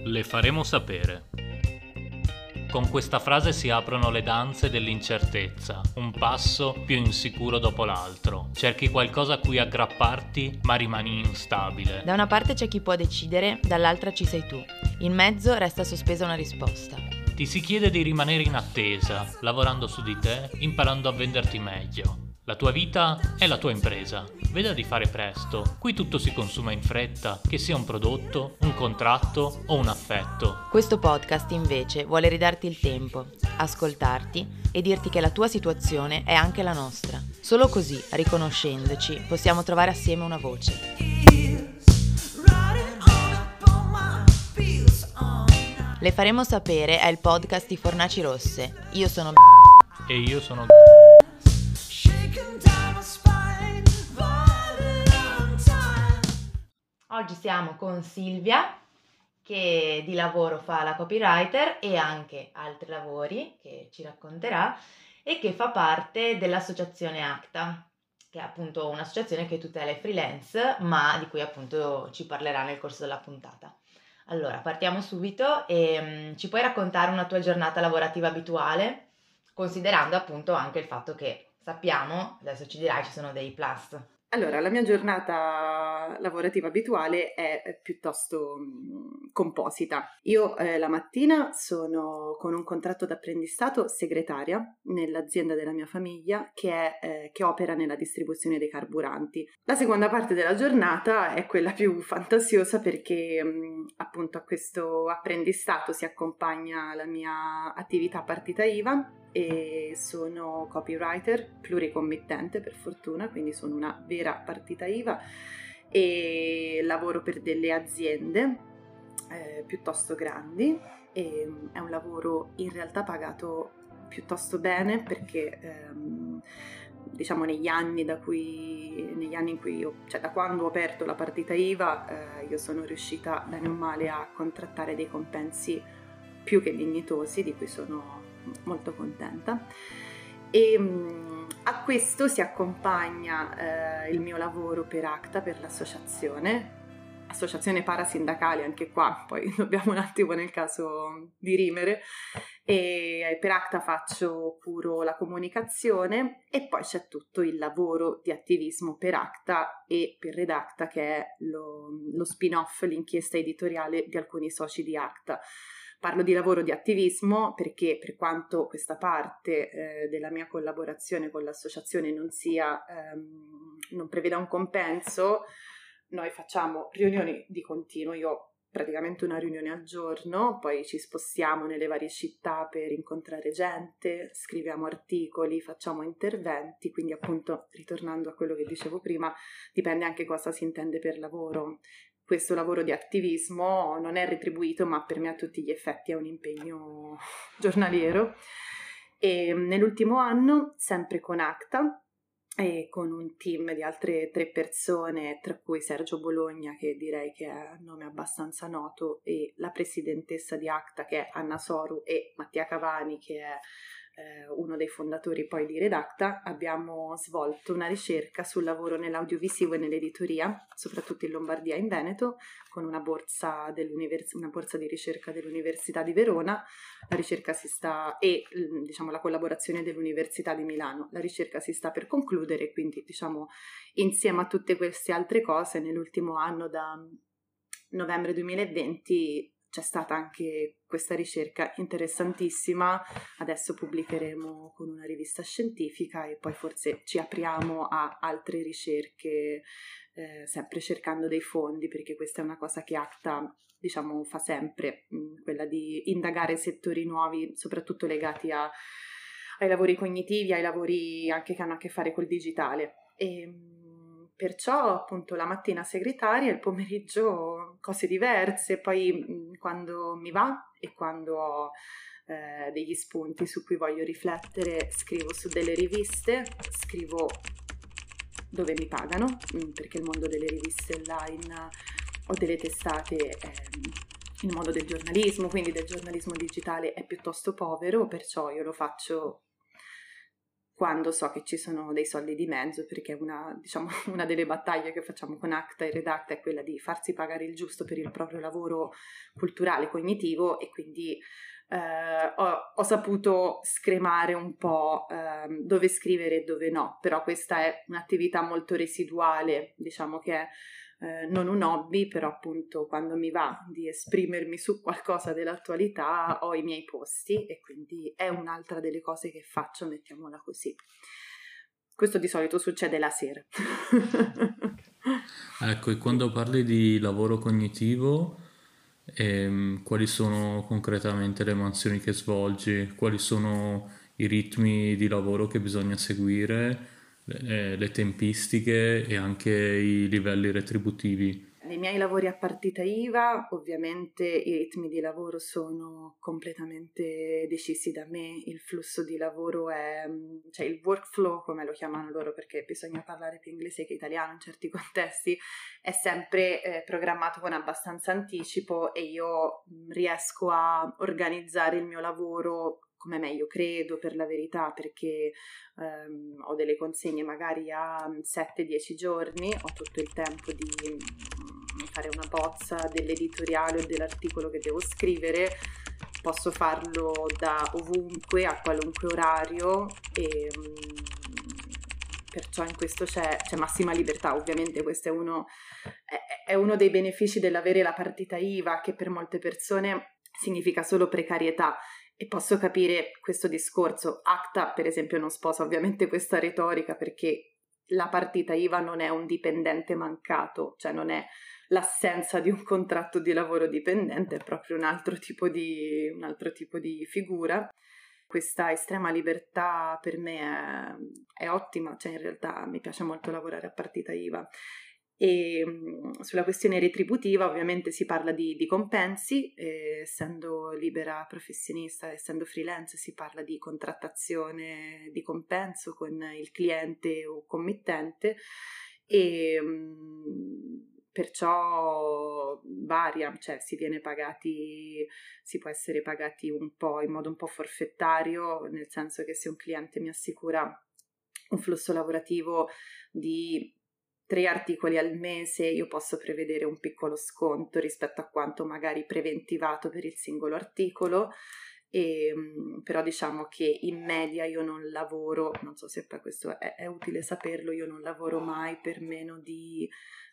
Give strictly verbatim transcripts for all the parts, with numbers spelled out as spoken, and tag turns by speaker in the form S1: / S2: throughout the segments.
S1: Le faremo sapere. Con questa frase si aprono le danze dell'incertezza, un passo più insicuro dopo l'altro. Cerchi qualcosa a cui aggrapparti, ma rimani instabile.
S2: Da una parte c'è chi può decidere, dall'altra ci sei tu. In mezzo resta sospesa una risposta.
S1: Ti si chiede di rimanere in attesa, lavorando su di te, imparando a venderti meglio. La tua vita è la tua impresa. Veda di fare presto. Qui tutto si consuma in fretta, che sia un prodotto, un contratto o un affetto.
S2: Questo podcast invece vuole ridarti il tempo, ascoltarti e dirti che la tua situazione è anche la nostra. Solo così, riconoscendoci, possiamo trovare assieme una voce. Le faremo sapere è il podcast di Fornaci Rosse. Io sono
S1: E io sono
S2: Oggi siamo con Silvia, che di lavoro fa la copywriter e anche altri lavori che ci racconterà, e che fa parte dell'associazione ACTA, che è appunto un'associazione che tutela i freelance, ma di cui appunto ci parlerà nel corso della puntata. Allora, partiamo subito e um, ci puoi raccontare una tua giornata lavorativa abituale, considerando appunto anche il fatto che sappiamo, adesso ci dirai, ci sono dei plus.
S3: Allora, la mia giornata lavorativa abituale è piuttosto mh, composita. Io eh, la mattina sono con un contratto d'apprendistato segretaria nell'azienda della mia famiglia che, è, eh, che opera nella distribuzione dei carburanti. La seconda parte della giornata è quella più fantasiosa perché mh, appunto a questo apprendistato si accompagna la mia attività partita I V A e sono copywriter pluricommittente per fortuna, quindi sono una vera partita I V A e lavoro per delle aziende eh, piuttosto grandi e è un lavoro in realtà pagato piuttosto bene perché ehm, diciamo negli anni da cui negli anni in cui io, cioè da quando ho aperto la partita I V A eh, io sono riuscita bene o male a contrattare dei compensi più che dignitosi, di cui sono molto contenta. E mh, a questo si accompagna eh, il mio lavoro per ACTA, per l'associazione associazione parasindacale, anche qua poi dobbiamo un attimo nel caso dirimere, e per ACTA faccio puro la comunicazione e poi c'è tutto il lavoro di attivismo per ACTA e per Redacta, che è lo, lo spin-off, l'inchiesta editoriale di alcuni soci di ACTA. Parlo di lavoro di attivismo perché per quanto questa parte eh, della mia collaborazione con l'associazione non sia, ehm, non preveda un compenso, noi facciamo riunioni di continuo, io ho praticamente una riunione al giorno, poi ci spostiamo nelle varie città per incontrare gente, scriviamo articoli, facciamo interventi, quindi appunto ritornando a quello che dicevo prima, dipende anche cosa si intende per lavoro. Questo lavoro di attivismo non è retribuito, ma per me a tutti gli effetti è un impegno giornaliero. E nell'ultimo anno, sempre con ACTA e con un team di altre tre persone, tra cui Sergio Bologna, che direi che è un nome abbastanza noto, e la presidentessa di ACTA, che è Anna Soru, e Mattia Cavani, che è eh, uno dei fondatori poi di Redacta, abbiamo svolto una ricerca sul lavoro nell'audiovisivo e nell'editoria, soprattutto in Lombardia e in Veneto, con una borsa, una borsa di ricerca dell'Università di Verona. La ricerca si sta, e diciamo la collaborazione dell'Università di Milano. La ricerca si sta per concludere, quindi diciamo insieme a tutte queste altre cose nell'ultimo anno, da novembre duemilaventi, c'è stata anche questa ricerca interessantissima. Adesso pubblicheremo con una rivista scientifica e poi forse ci apriamo a altre ricerche, eh, sempre cercando dei fondi, perché questa è una cosa che ACTA diciamo fa sempre, mh, quella di indagare settori nuovi, soprattutto legati a, ai lavori cognitivi, ai lavori anche che hanno a che fare col digitale. E perciò appunto la mattina segretaria, il pomeriggio cose diverse, poi mh, quando mi va e quando ho eh, degli spunti su cui voglio riflettere, scrivo su delle riviste, scrivo dove mi pagano, mh, perché il mondo delle riviste online o delle testate eh, il mondo del giornalismo, quindi del giornalismo digitale, è piuttosto povero, perciò io lo faccio quando so che ci sono dei soldi di mezzo, perché una, diciamo, una delle battaglie che facciamo con Acta e Redacta è quella di farsi pagare il giusto per il proprio lavoro culturale, cognitivo, e quindi eh, ho, ho saputo scremare un po' eh, dove scrivere e dove no, però questa è un'attività molto residuale, diciamo che è eh, non un hobby, però appunto quando mi va di esprimermi su qualcosa dell'attualità ho i miei posti e quindi è un'altra delle cose che faccio, mettiamola così. Questo di solito succede la sera.
S1: Ecco, e quando parli di lavoro cognitivo, ehm, quali sono concretamente le mansioni che svolgi? Quali sono i ritmi di lavoro che bisogna seguire, le, le tempistiche e anche i livelli retributivi?
S3: Nei miei lavori a partita I V A, ovviamente i ritmi di lavoro sono completamente decisi da me, il flusso di lavoro è, cioè il workflow, come lo chiamano loro, perché bisogna parlare più inglese che italiano in certi contesti, è sempre eh, programmato con abbastanza anticipo e io riesco a organizzare il mio lavoro come meglio credo, per la verità, perché ehm, ho delle consegne magari a sette dieci giorni, ho tutto il tempo di fare una bozza dell'editoriale o dell'articolo che devo scrivere, posso farlo da ovunque, a qualunque orario, e perciò in questo c'è, c'è massima libertà. Ovviamente questo è uno, è, è uno dei benefici dell'avere la partita I V A, che per molte persone significa solo precarietà, e posso capire questo discorso. Acta, per esempio, non sposa ovviamente questa retorica, perché la partita I V A non è un dipendente mancato, cioè non è l'assenza di un contratto di lavoro dipendente, è proprio un altro tipo di, un altro tipo di figura. Questa estrema libertà per me è, è ottima, cioè in realtà mi piace molto lavorare a partita I V A. E mh, sulla questione retributiva ovviamente si parla di, di compensi, eh, essendo libera professionista, essendo freelance, si parla di contrattazione di compenso con il cliente o committente, e mh, perciò varia, cioè si viene pagati, si può essere pagati un po' in modo un po' forfettario, nel senso che se un cliente mi assicura un flusso lavorativo di tre articoli al mese, io posso prevedere un piccolo sconto rispetto a quanto magari preventivato per il singolo articolo, e, però diciamo che in media io non lavoro, non so se per questo è, è utile saperlo, io non lavoro mai per meno di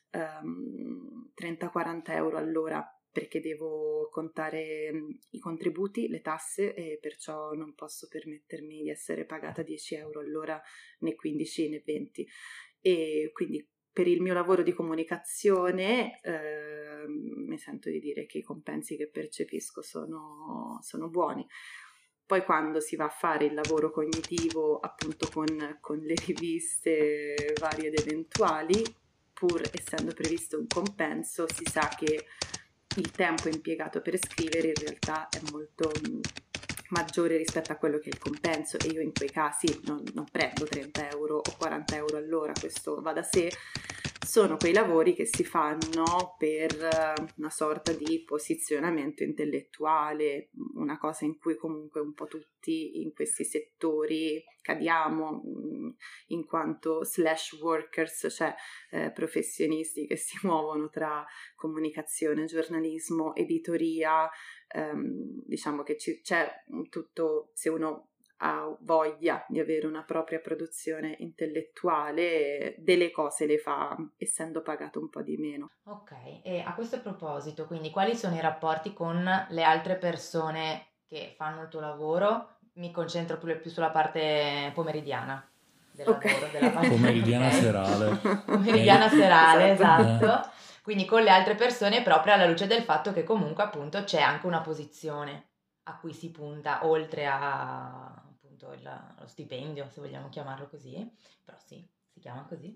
S3: um, trenta quaranta euro all'ora, perché devo contare i contributi, le tasse, e perciò non posso permettermi di essere pagata dieci euro all'ora, né quindici né venti. E quindi per il mio lavoro di comunicazione eh, mi sento di dire che i compensi che percepisco sono, sono buoni. Poi quando si va a fare il lavoro cognitivo, appunto con, con le riviste varie ed eventuali, pur essendo previsto un compenso, si sa che il tempo impiegato per scrivere in realtà è molto maggiore rispetto a quello che è il compenso, e io in quei casi non, non prendo trenta euro o quaranta euro all'ora, questo va da sé. Sono quei lavori che si fanno per una sorta di posizionamento intellettuale, una cosa in cui comunque un po' tutti in questi settori cadiamo, in quanto slash workers, cioè eh, professionisti che si muovono tra comunicazione, giornalismo, editoria. Um, diciamo che ci, c'è tutto, se uno ha voglia di avere una propria produzione intellettuale, delle cose le fa, essendo pagato un po' di meno.
S2: Ok, e a questo proposito, quindi quali sono i rapporti con le altre persone che fanno il tuo lavoro? Mi concentro più, più sulla parte pomeridiana del
S3: okay.
S2: lavoro, della parte
S1: pomeridiana
S2: okay.
S1: serale.
S2: Pomeridiana serale, esatto.
S1: Eh.
S2: Quindi con le altre persone, proprio alla luce del fatto che comunque appunto c'è anche una posizione a cui si punta, oltre a appunto il, lo stipendio, se vogliamo chiamarlo così, però sì, si chiama così.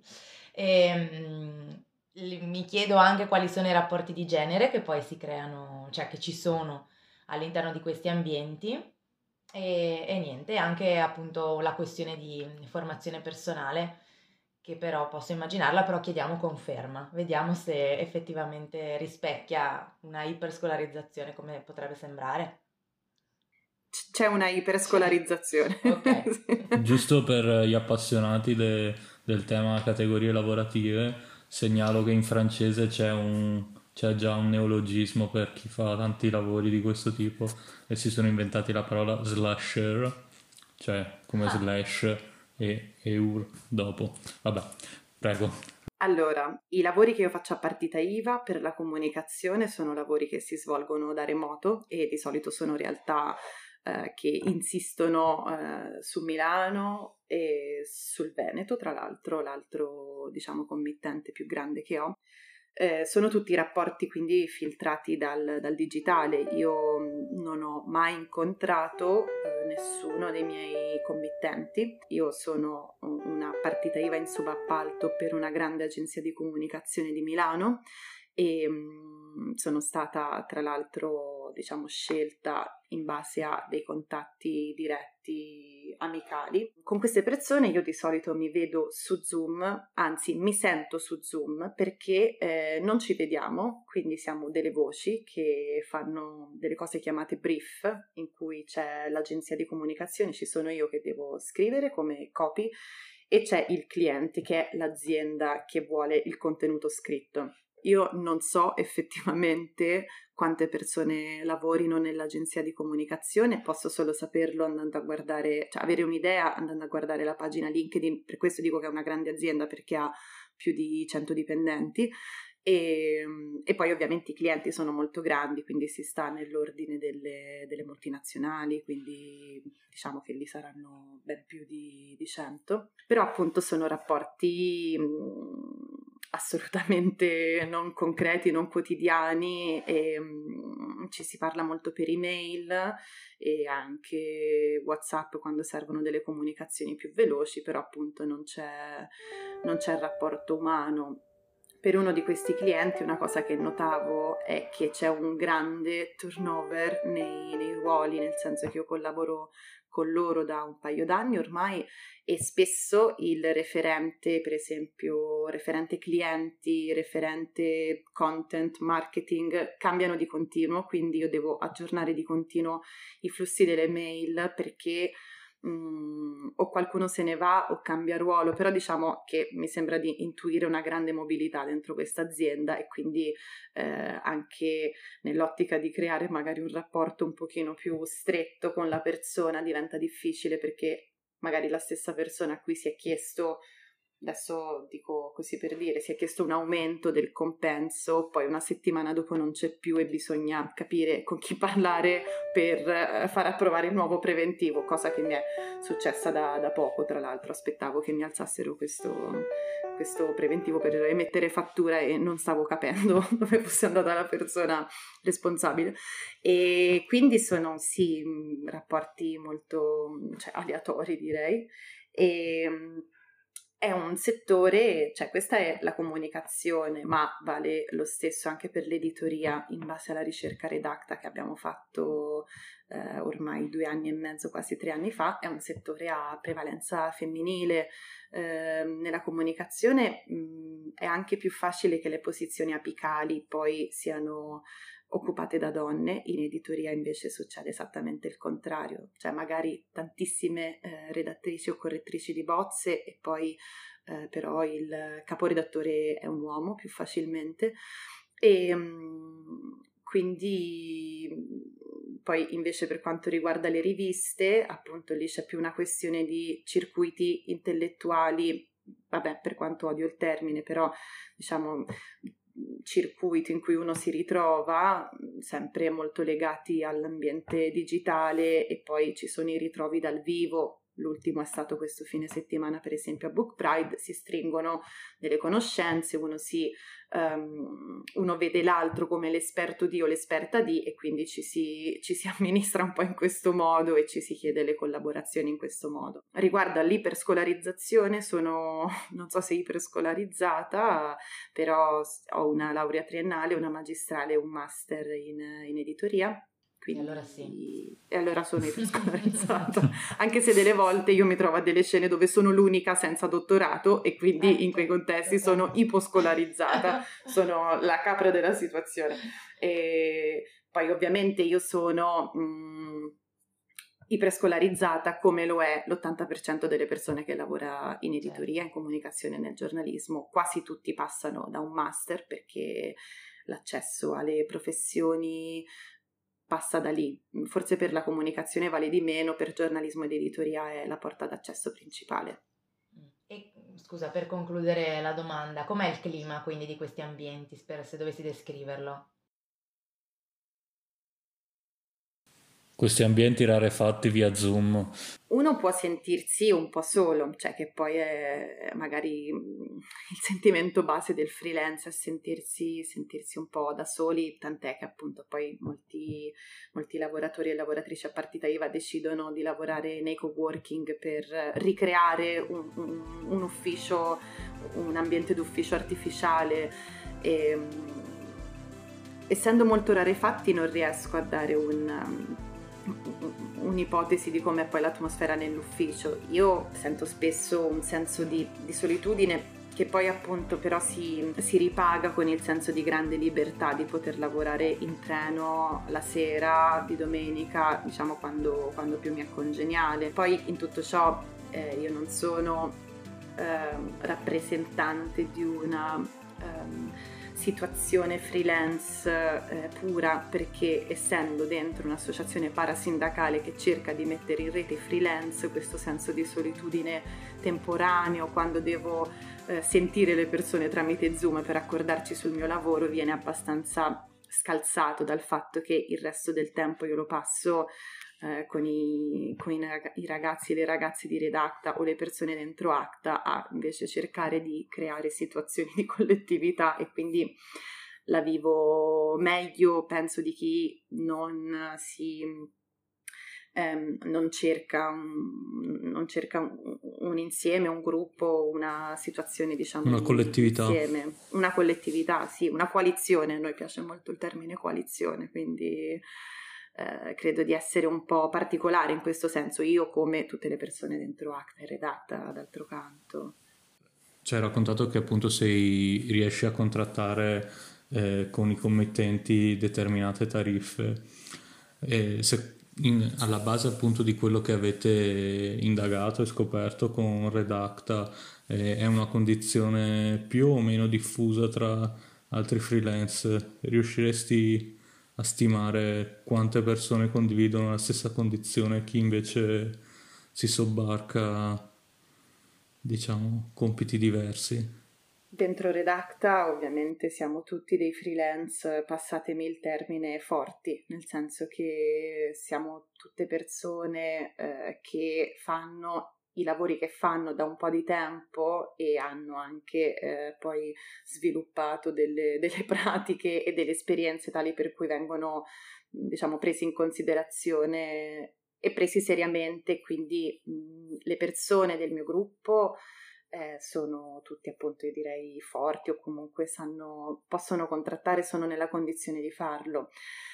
S2: E, mi chiedo anche quali sono i rapporti di genere che poi si creano, cioè che ci sono all'interno di questi ambienti, e, e niente, anche appunto la questione di formazione personale, che però posso immaginarla, però chiediamo conferma, vediamo se effettivamente rispecchia una iperscolarizzazione come potrebbe sembrare.
S3: c'è una iperscolarizzazione.
S2: Ok.
S4: Giusto per gli appassionati de- del tema categorie lavorative, segnalo che in francese c'è un c'è già un neologismo per chi fa tanti lavori di questo tipo e si sono inventati la parola slasher, cioè come
S2: Ah.
S4: slash e eur dopo. Vabbè, prego.
S3: Allora, i lavori che io faccio a partita I V A per la comunicazione sono lavori che si svolgono da remoto e di solito sono realtà eh, che insistono eh, su Milano e sul Veneto, tra l'altro, l'altro diciamo committente più grande che ho. Eh, sono tutti rapporti quindi filtrati dal, dal digitale. Io non ho mai incontrato eh, nessuno dei miei committenti. Io sono una partita I V A in subappalto per una grande agenzia di comunicazione di Milano e mh, sono stata tra l'altro diciamo scelta in base a dei contatti diretti amicali. Con queste persone io di solito mi vedo su Zoom, anzi mi sento su Zoom perché eh, non ci vediamo, quindi siamo delle voci che fanno delle cose chiamate brief, in cui c'è l'agenzia di comunicazione, ci sono io che devo scrivere come copy e c'è il cliente che è l'azienda che vuole il contenuto scritto. Io non so effettivamente quante persone lavorino nell'agenzia di comunicazione, posso solo saperlo andando a guardare, cioè avere un'idea andando a guardare la pagina LinkedIn, per questo dico che è una grande azienda perché ha più di cento dipendenti e, e poi ovviamente i clienti sono molto grandi, quindi si sta nell'ordine delle, delle multinazionali, quindi diciamo che lì saranno ben più di, di cento, però appunto sono rapporti mh, assolutamente non concreti, non quotidiani e um, ci si parla molto per email e anche WhatsApp quando servono delle comunicazioni più veloci, però appunto non c'è, non c'è il rapporto umano. Per uno di questi clienti una cosa che notavo è che c'è un grande turnover nei, nei ruoli, nel senso che io collaboro con loro da un paio d'anni ormai e spesso il referente, per esempio referente clienti, referente content, marketing, cambiano di continuo, quindi io devo aggiornare di continuo i flussi delle mail perché Mm, o qualcuno se ne va o cambia ruolo, però diciamo che mi sembra di intuire una grande mobilità dentro questa azienda e quindi eh, anche nell'ottica di creare magari un rapporto un pochino più stretto con la persona diventa difficile perché magari la stessa persona a cui si è chiesto, adesso dico così per dire, si è chiesto un aumento del compenso, poi una settimana dopo non c'è più e bisogna capire con chi parlare per far approvare il nuovo preventivo, cosa che mi è successa da, da poco, tra l'altro aspettavo che mi alzassero questo, questo preventivo per emettere fattura e non stavo capendo dove fosse andata la persona responsabile e quindi sono sì rapporti molto cioè, aleatori direi e è un settore, cioè questa è la comunicazione, ma vale lo stesso anche per l'editoria in base alla ricerca Redacta che abbiamo fatto eh, ormai due anni e mezzo, quasi tre anni fa, è un settore a prevalenza femminile. Eh, nella comunicazione mh, è anche più facile che le posizioni apicali poi siano occupate da donne, in editoria invece succede esattamente il contrario, cioè magari tantissime eh, redattrici o correttrici di bozze e poi eh, però il caporedattore è un uomo più facilmente e mh, quindi poi invece per quanto riguarda le riviste appunto lì c'è più una questione di circuiti intellettuali, vabbè per quanto odio il termine però diciamo circuito in cui uno si ritrova, sempre molto legati all'ambiente digitale e poi ci sono i ritrovi dal vivo. L'ultimo è stato questo fine settimana per esempio a Book Pride, si stringono delle conoscenze, uno, si, um, uno vede l'altro come l'esperto di o l'esperta di e quindi ci si, ci si amministra un po' in questo modo e ci si chiede le collaborazioni in questo modo. Riguardo all'iperscolarizzazione sono, non so se iperscolarizzata, però ho una laurea triennale, una magistrale e un master in, in editoria. Quindi,
S2: e allora sì.
S3: E allora sono iperscolarizzata, anche se delle volte io mi trovo a delle scene dove sono l'unica senza dottorato e quindi ecco, in quei contesti ecco. sono iposcolarizzata, sono la capra della situazione. E poi ovviamente io sono mh, iperscolarizzata come lo è l'ottanta per cento delle persone che lavora in editoria, in comunicazione e nel giornalismo. Quasi tutti passano da un master perché l'accesso alle professioni passa da lì. Forse per la comunicazione vale di meno, per giornalismo ed editoria è la porta d'accesso principale.
S2: E scusa, per concludere la domanda, com'è il clima quindi di questi ambienti, per se dovessi descriverlo?
S4: Questi ambienti rarefatti via Zoom.
S3: Uno può sentirsi un po' solo, cioè che poi è magari il sentimento base del freelance, è sentirsi, sentirsi un po' da soli, tant'è che appunto poi molti, molti lavoratori e lavoratrici a partita I V A decidono di lavorare nei coworking per ricreare un, un, un ufficio, un ambiente d'ufficio artificiale. E, essendo molto rarefatti non riesco a dare un... un'ipotesi di com'è poi l'atmosfera nell'ufficio. Io sento spesso un senso di, di solitudine che poi appunto però si, si ripaga con il senso di grande libertà di poter lavorare in treno la sera, di domenica, diciamo quando, quando più mi è congeniale. Poi in tutto ciò eh, io non sono eh, rappresentante di una eh, situazione freelance eh, pura, perché essendo dentro un'associazione parasindacale che cerca di mettere in rete i freelance, questo senso di solitudine temporaneo quando devo eh, sentire le persone tramite Zoom per accordarci sul mio lavoro viene abbastanza scalzato dal fatto che il resto del tempo io lo passo Eh, con, i, con i, i ragazzi e le ragazze di Redacta o le persone dentro Acta a invece cercare di creare situazioni di collettività, e quindi la vivo meglio, penso, di chi non si ehm, non cerca un, non cerca un, un insieme, un gruppo, una situazione, diciamo,
S4: una collettività.
S3: Insieme, una collettività, sì, una coalizione. A noi piace molto il termine coalizione, quindi Eh, credo di essere un po' particolare in questo senso, io come tutte le persone dentro Acta e Redacta d'altro canto.
S4: Ci hai raccontato che appunto sei, riesci a contrattare eh, con i committenti determinate tariffe. E se in, alla base appunto di quello che avete indagato e scoperto con Redacta, eh, è una condizione più o meno diffusa tra altri freelance? Riusciresti a stimare quante persone condividono la stessa condizione, chi invece si sobbarca, diciamo, compiti diversi?
S3: Dentro Redacta ovviamente siamo tutti dei freelance, passatemi il termine, forti, nel senso che siamo tutte persone eh, che fanno i lavori che fanno da un po' di tempo e hanno anche eh, poi sviluppato delle, delle pratiche e delle esperienze tali per cui vengono, diciamo, presi in considerazione e presi seriamente. Quindi mh, le persone del mio gruppo eh, sono tutti, appunto, io direi forti, o comunque sanno, possono contrattare, sono nella condizione di farlo.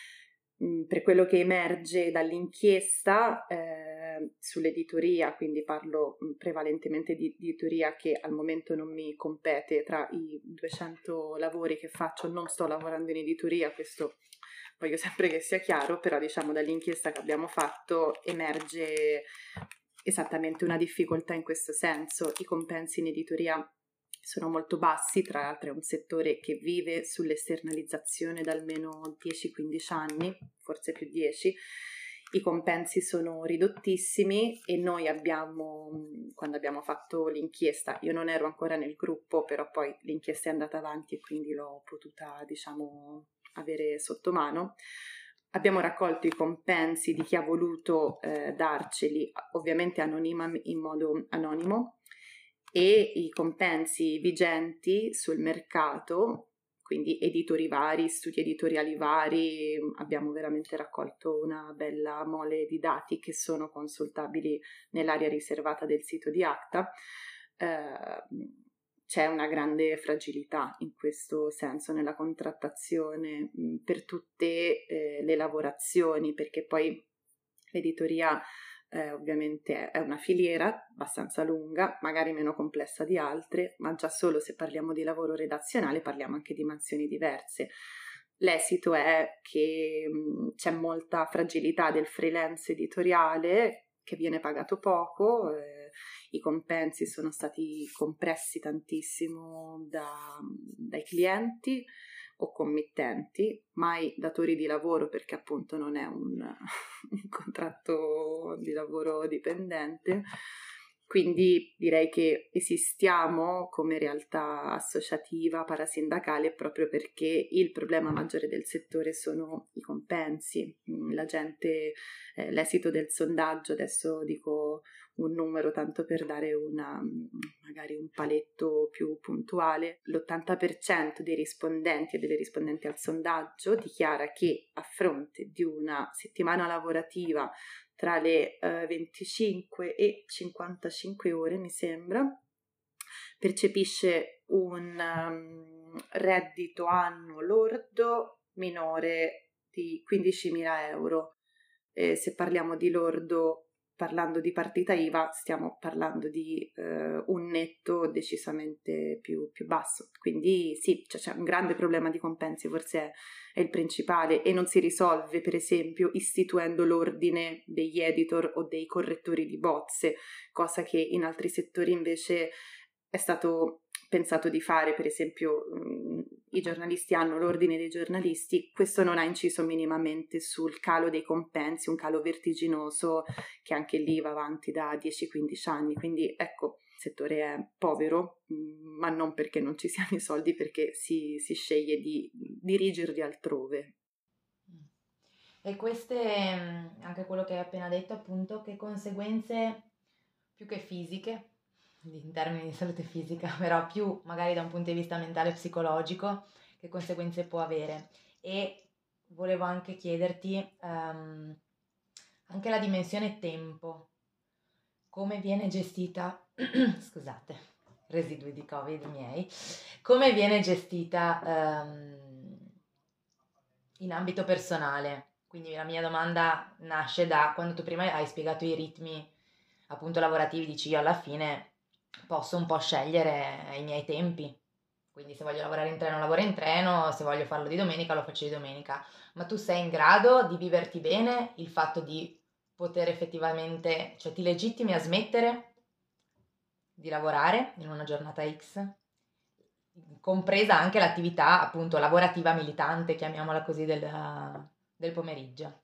S3: Per quello che emerge dall'inchiesta eh, sull'editoria, quindi parlo prevalentemente di editoria che al momento non mi compete, tra i duecento lavori che faccio non sto lavorando in editoria, questo voglio sempre che sia chiaro, però diciamo dall'inchiesta che abbiamo fatto emerge esattamente una difficoltà in questo senso. I compensi in editoria sono molto bassi, tra l'altro è un settore che vive sull'esternalizzazione da almeno dieci quindici anni, forse più dieci. I compensi sono ridottissimi e noi abbiamo, quando abbiamo fatto l'inchiesta, io non ero ancora nel gruppo, però poi l'inchiesta è andata avanti e quindi l'ho potuta, diciamo, avere sotto mano. Abbiamo raccolto i compensi di chi ha voluto eh, darceli, ovviamente anonima, in modo anonimo, e i compensi vigenti sul mercato, quindi editori vari, studi editoriali vari. Abbiamo veramente raccolto una bella mole di dati che sono consultabili nell'area riservata del sito di Acta. Eh, c'è una grande fragilità in questo senso nella contrattazione mh, per tutte eh, le lavorazioni, perché poi l'editoria Eh, ovviamente è una filiera abbastanza lunga, magari meno complessa di altre, ma già solo se parliamo di lavoro redazionale parliamo anche di mansioni diverse. l'esito è che mh, c'è molta fragilità del freelance editoriale, che viene pagato poco, eh, i compensi sono stati compressi tantissimo da, dai clienti o committenti, mai datori di lavoro, perché appunto non è un, un contratto di lavoro dipendente. Quindi direi che esistiamo come realtà associativa, parasindacale, proprio perché il problema maggiore del settore sono i compensi. La gente, eh, l'esito del sondaggio, adesso dico un numero tanto per dare una, magari un paletto più puntuale, l'ottanta per cento dei rispondenti e delle rispondenti al sondaggio dichiara che a fronte di una settimana lavorativa tra le uh, venticinque e cinquantacinque ore, mi sembra, percepisce un um, reddito annuo lordo minore di quindicimila euro. Eh, se parliamo di lordo, parlando di partita I V A, stiamo parlando di uh, un netto decisamente più, più basso. Quindi sì, cioè, c'è un grande problema di compensi, forse è è il principale, e non si risolve per esempio istituendo l'ordine degli editor o dei correttori di bozze, cosa che in altri settori invece è stato pensato di fare. Per esempio mh, i giornalisti hanno l'ordine dei giornalisti, questo non ha inciso minimamente sul calo dei compensi, un calo vertiginoso che anche lì va avanti da dieci quindici anni, quindi ecco, il settore è povero, ma non perché non ci siano i soldi, perché si, si sceglie di dirigerli altrove.
S2: E queste, anche quello che hai appena detto, appunto, che conseguenze più che fisiche, in termini di salute fisica, però più magari da un punto di vista mentale e psicologico, che conseguenze può avere? E volevo anche chiederti um, anche la dimensione tempo, come viene gestita, scusate, residui di Covid miei, come viene gestita um, in ambito personale? Quindi la mia domanda nasce da quando tu prima hai spiegato i ritmi appunto lavorativi, dici io alla fine posso un po' scegliere i miei tempi, quindi se voglio lavorare in treno lavoro in treno, se voglio farlo di domenica lo faccio di domenica, ma tu sei in grado di viverti bene il fatto di poter effettivamente, cioè ti legittimi a smettere di lavorare in una giornata X, compresa anche l'attività appunto lavorativa militante, chiamiamola così, del, del pomeriggio.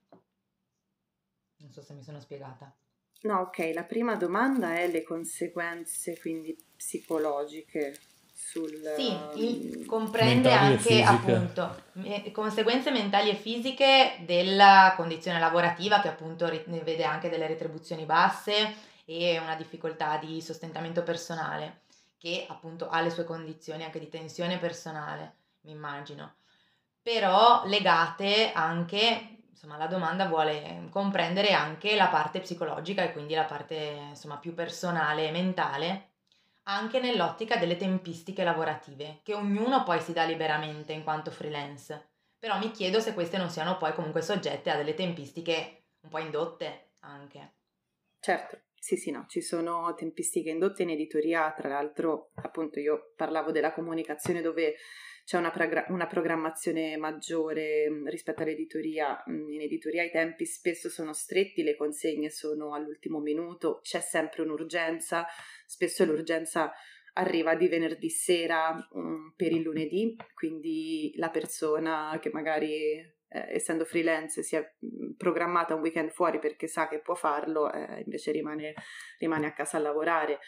S2: Non so se mi sono spiegata.
S3: No, ok, la prima domanda è le conseguenze quindi psicologiche sul...
S2: Sì, il, comprende anche appunto me, conseguenze mentali e fisiche della condizione lavorativa, che appunto vede anche delle retribuzioni basse e una difficoltà di sostentamento personale, che appunto ha le sue condizioni anche di tensione personale, mi immagino, però legate anche... Insomma, la domanda vuole comprendere anche la parte psicologica e quindi la parte, insomma, più personale e mentale, anche nell'ottica delle tempistiche lavorative, che ognuno poi si dà liberamente in quanto freelance. Però mi chiedo se queste non siano poi comunque soggette a delle tempistiche un po' indotte anche.
S3: Certo, sì sì no, ci sono tempistiche indotte in editoria, tra l'altro appunto io parlavo della comunicazione dove c'è una, pragra- una programmazione maggiore rispetto all'editoria. In editoria i tempi spesso sono stretti, le consegne sono all'ultimo minuto, c'è sempre un'urgenza, spesso l'urgenza arriva di venerdì sera um, per il lunedì, quindi la persona che magari eh, essendo freelance si è programmata un weekend fuori perché sa che può farlo, eh, invece rimane, rimane a casa a lavorare.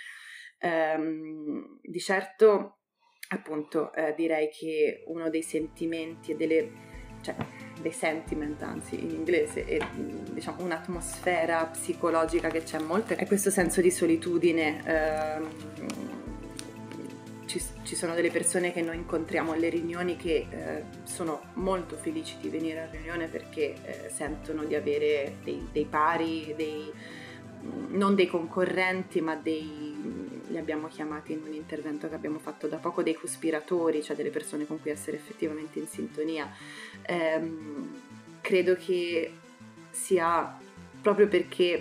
S3: Um, di certo appunto eh, direi che uno dei sentimenti e delle cioè dei sentiment anzi in inglese e diciamo un'atmosfera psicologica che c'è molto è questo senso di solitudine. eh, ci, ci sono delle persone che noi incontriamo alle riunioni che eh, sono molto felici di venire a riunione perché eh, sentono di avere dei, dei pari, dei non dei concorrenti ma dei, li abbiamo chiamati in un intervento che abbiamo fatto da poco, dei cospiratori, cioè delle persone con cui essere effettivamente in sintonia. Ehm, credo che sia proprio perché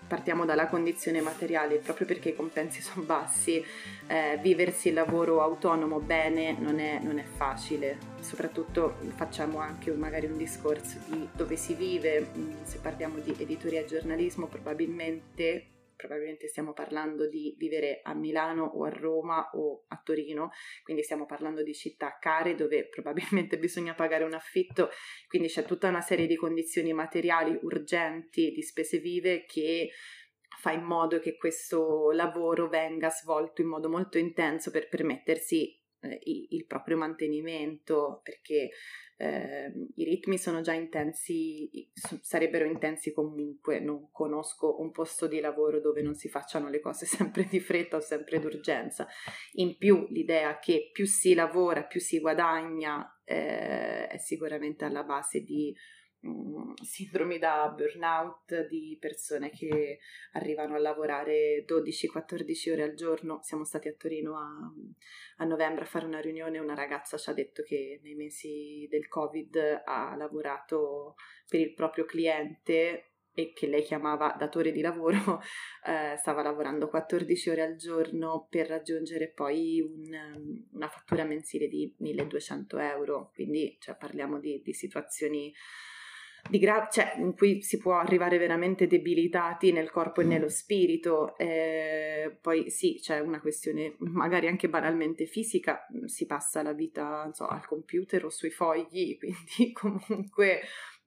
S3: partiamo dalla condizione materiale, proprio perché i compensi sono bassi, eh, viversi il lavoro autonomo bene non è, non è facile, soprattutto facciamo anche magari un discorso di dove si vive, se parliamo di editoria e giornalismo probabilmente... probabilmente stiamo parlando di vivere a Milano o a Roma o a Torino, quindi stiamo parlando di città care dove probabilmente bisogna pagare un affitto, quindi c'è tutta una serie di condizioni materiali urgenti, di spese vive che fa in modo che questo lavoro venga svolto in modo molto intenso per permettersi eh, il proprio mantenimento, perché Eh, i ritmi sono già intensi, sarebbero intensi comunque. Non conosco un posto di lavoro dove non si facciano le cose sempre di fretta o sempre d'urgenza. In più l'idea che più si lavora più si guadagna eh, è sicuramente alla base di mh, sindromi da burnout, di persone che arrivano a lavorare dodici quattordici ore al giorno. Siamo stati a Torino a, a novembre a fare una riunione, una ragazza ci ha detto che nei mesi del Covid ha lavorato per il proprio cliente e che lei chiamava datore di lavoro, eh, stava lavorando quattordici ore al giorno per raggiungere poi un, una fattura mensile di milleduecento euro, quindi cioè, parliamo di, di situazioni di gra- cioè, in cui si può arrivare veramente debilitati nel corpo e nello spirito. Eh, poi sì, c'è una questione magari anche banalmente fisica, si passa la vita non so, al computer o sui fogli, quindi comunque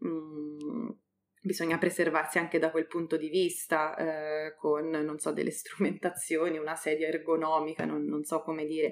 S3: mh, bisogna preservarsi anche da quel punto di vista, eh, con non so delle strumentazioni, una sedia ergonomica, non, non so come dire.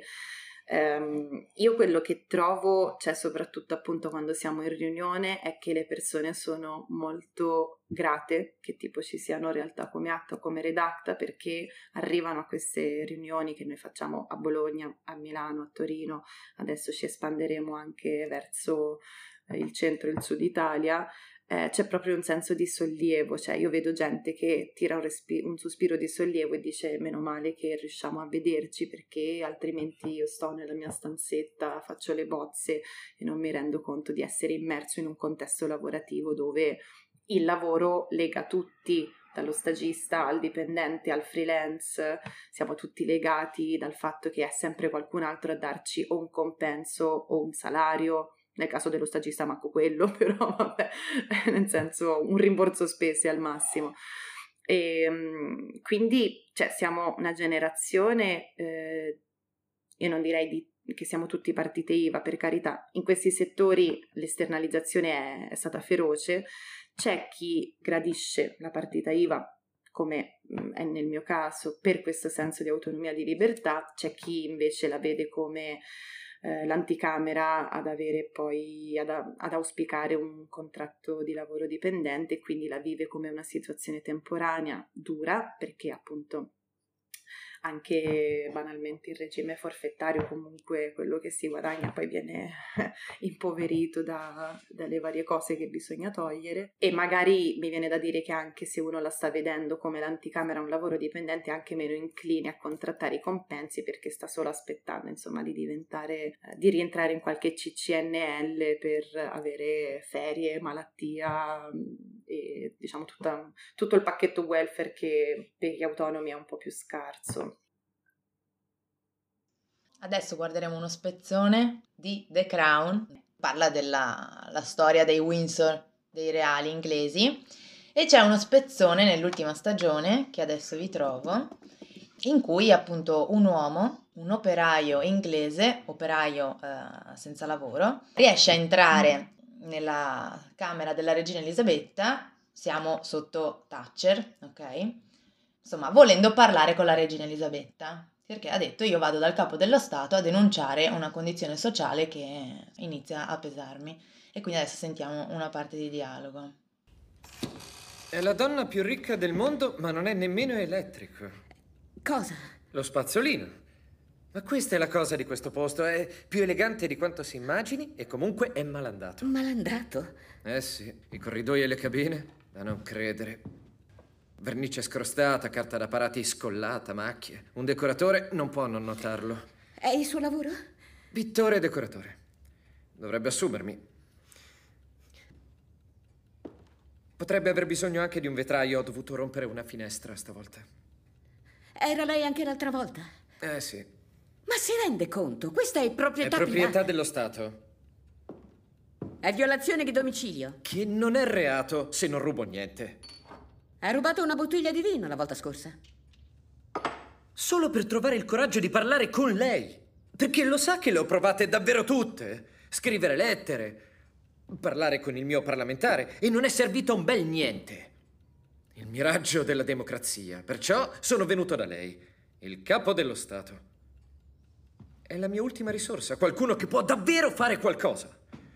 S3: Um, io quello che trovo, cioè soprattutto appunto quando siamo in riunione, è che le persone sono molto grate che tipo ci siano realtà come Acta o come Redacta, perché arrivano a queste riunioni che noi facciamo a Bologna, a Milano, a Torino, adesso ci espanderemo anche verso eh, il centro e il sud Italia. Eh, c'è proprio un senso di sollievo, cioè io vedo gente che tira un, respi- un sospiro di sollievo e dice meno male che riusciamo a vederci, perché altrimenti io sto nella mia stanzetta, faccio le bozze e non mi rendo conto di essere immerso in un contesto lavorativo dove il lavoro lega tutti, dallo stagista al dipendente al freelance, siamo tutti legati dal fatto che è sempre qualcun altro a darci o un compenso o un salario. Nel caso dello stagista manco quello, però vabbè, nel senso un rimborso spese al massimo. E, quindi cioè, siamo una generazione, eh, io non direi di, che siamo tutti partite I V A, per carità, in questi settori l'esternalizzazione è, è stata feroce, c'è chi gradisce la partita I V A, come è nel mio caso, per questo senso di autonomia e di libertà, c'è chi invece la vede come Eh, l'anticamera ad avere poi ad, ad auspicare un contratto di lavoro dipendente e quindi la vive come una situazione temporanea dura, perché appunto anche banalmente il regime forfettario, comunque quello che si guadagna poi viene impoverito da, dalle varie cose che bisogna togliere, e magari mi viene da dire che anche se uno la sta vedendo come l'anticamera un lavoro dipendente è anche meno incline a contrattare i compensi, perché sta solo aspettando insomma di diventare, di rientrare in qualche C C N L per avere ferie, malattia e diciamo tutta, tutto il pacchetto welfare che per gli autonomi è un po' più scarso.
S2: Adesso guarderemo uno spezzone di The Crown, parla della la storia dei Windsor, dei reali inglesi, e c'è uno spezzone nell'ultima stagione, che adesso vi trovo, in cui appunto un uomo, un operaio inglese, operaio eh, senza lavoro, riesce a entrare nella camera della regina Elisabetta, siamo sotto Thatcher, ok? Insomma, volendo parlare con la regina Elisabetta, perché ha detto io vado dal capo dello Stato a denunciare una condizione sociale che inizia a pesarmi. E quindi adesso sentiamo una parte di dialogo.
S5: È la donna più ricca del mondo, ma non è nemmeno elettrico.
S6: Cosa?
S5: Lo spazzolino. Ma questa è la cosa di questo posto, è più elegante di quanto si immagini e comunque è malandato.
S6: Malandato?
S5: Eh sì, i corridoi e le cabine, da non credere. Vernice scrostata, carta da parati scollata, macchie. Un decoratore non può non notarlo.
S6: È il suo lavoro?
S5: Pittore e decoratore. Dovrebbe assumermi. Potrebbe aver bisogno anche di un vetraio, ho dovuto rompere una finestra stavolta.
S6: Era lei anche l'altra volta?
S5: Eh sì.
S6: Ma si rende conto? Questa è proprietà
S5: È proprietà
S6: privata.
S5: dello Stato.
S6: È violazione di domicilio.
S5: Che non è reato se non rubo niente.
S6: Ha rubato una bottiglia di vino la volta scorsa.
S5: Solo per trovare il coraggio di parlare con lei. Perché lo sa che le ho provate davvero tutte. Scrivere lettere, parlare con il mio parlamentare, e non è servito a un bel niente. Il miraggio della democrazia. Perciò sono venuto da lei, il capo dello Stato. È la mia ultima risorsa, qualcuno che può davvero fare qualcosa.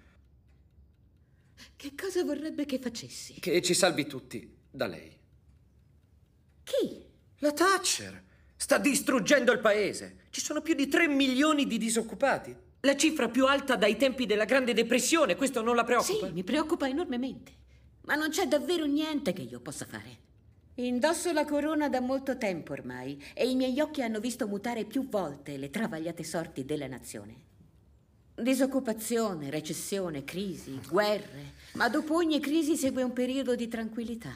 S6: Che cosa vorrebbe che facessi?
S5: Che ci salvi tutti da lei.
S6: Chi?
S5: La Thatcher sta distruggendo il paese. Ci sono più di tre milioni di disoccupati. La cifra più alta dai tempi della Grande Depressione. Questo non la preoccupa?
S6: Sì, mi preoccupa enormemente. Ma non c'è davvero niente che io possa fare. Indosso la corona da molto tempo ormai e i miei occhi hanno visto mutare più volte le travagliate sorti della nazione. Disoccupazione, recessione, crisi, guerre. Ma dopo ogni crisi segue un periodo di tranquillità.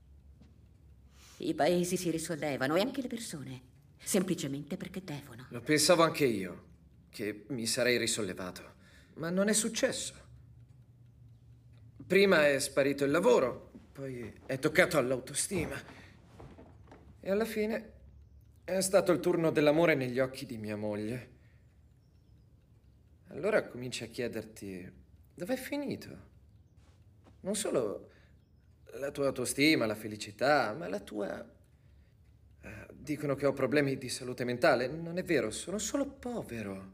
S6: I paesi si risollevano e anche le persone, semplicemente perché devono.
S5: Lo pensavo anche io, che mi sarei risollevato. Ma non è successo. Prima è sparito il lavoro, poi è toccato all'autostima. E alla fine è stato il turno dell'amore negli occhi di mia moglie. Allora cominci a chiederti, dov'è finito? Non solo la tua autostima, la felicità, ma la tua... Eh, dicono che ho problemi di salute mentale. Non è vero, sono solo povero.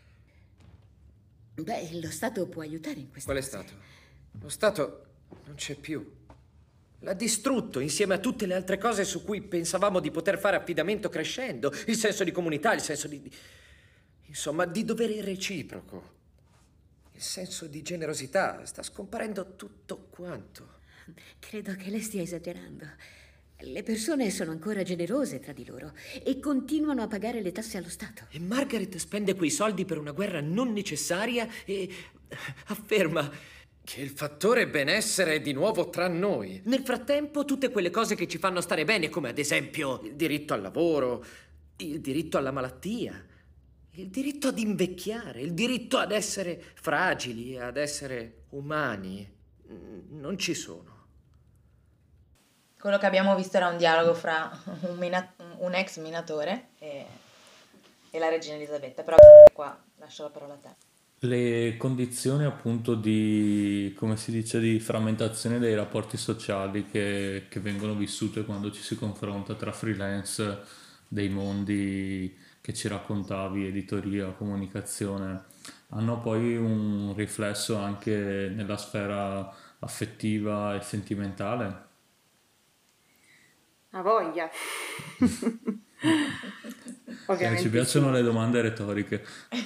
S6: Beh, lo Stato può aiutare in questa
S5: Quale
S6: cosa.
S5: Stato? Lo Stato non c'è più. L'ha distrutto insieme a tutte le altre cose su cui pensavamo di poter fare affidamento crescendo. Il senso di comunità, il senso di... Insomma, di dovere reciproco. Il senso di generosità. Sta scomparendo tutto quanto.
S6: Credo che lei stia esagerando. Le persone sono ancora generose tra di loro e continuano a pagare le tasse allo Stato.
S5: E Margaret spende quei soldi per una guerra non necessaria e afferma che il fattore benessere è di nuovo tra noi. Nel frattempo, tutte quelle cose che ci fanno stare bene, come ad esempio il diritto al lavoro, il diritto alla malattia, il diritto ad invecchiare, il diritto ad essere fragili, ad essere umani, non ci sono.
S2: Quello che abbiamo visto era un dialogo fra un, mina- un ex minatore e, e la regina Elisabetta, però qua lascio la parola a te.
S4: Le condizioni appunto di, come si dice, di frammentazione dei rapporti sociali che, che vengono vissute quando ci si confronta tra freelance dei mondi che ci raccontavi, editoria, comunicazione, hanno poi un riflesso anche nella sfera affettiva e sentimentale.
S3: Ha voglia.
S4: Eh, ci piacciono
S3: sì.
S4: le domande retoriche.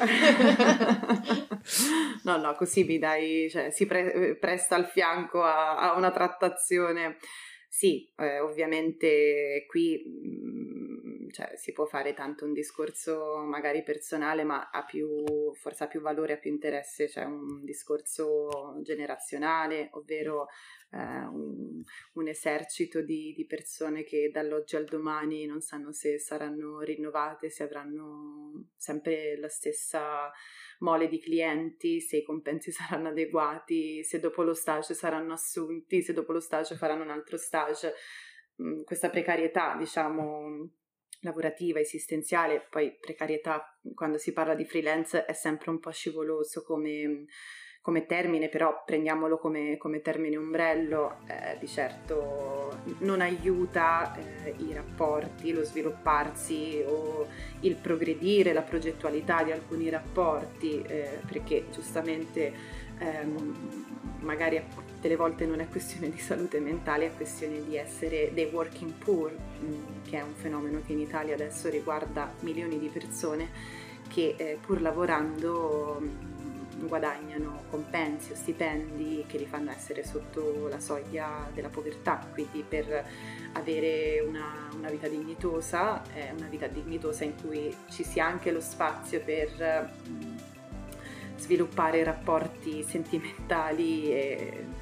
S3: No, no, così mi dai, cioè, si pre- presta al fianco a, a una trattazione. Sì, eh, ovviamente qui mh, cioè, si può fare tanto un discorso magari personale, ma ha più, forse ha più valore, ha più interesse, cioè un discorso generazionale, ovvero eh, un, un esercito di, di persone che dall'oggi al domani non sanno se saranno rinnovate, se avranno sempre la stessa mole di clienti, se i compensi saranno adeguati, se dopo lo stage saranno assunti, se dopo lo stage faranno un altro stage. Questa precarietà, diciamo, lavorativa, esistenziale, poi precarietà quando si parla di freelance è sempre un po' scivoloso come, come termine, però prendiamolo come, come termine ombrello, eh, di certo non aiuta eh, i rapporti, lo svilupparsi o il progredire, la progettualità di alcuni rapporti, eh, perché giustamente ehm, magari delle volte non è questione di salute mentale, è questione di essere dei working poor, mh, che è un fenomeno che in Italia adesso riguarda milioni di persone che eh, pur lavorando mh, guadagnano compensi o stipendi che li fanno essere sotto la soglia della povertà, quindi per avere una, una vita dignitosa, eh, una vita dignitosa in cui ci sia anche lo spazio per mh, sviluppare rapporti sentimentali e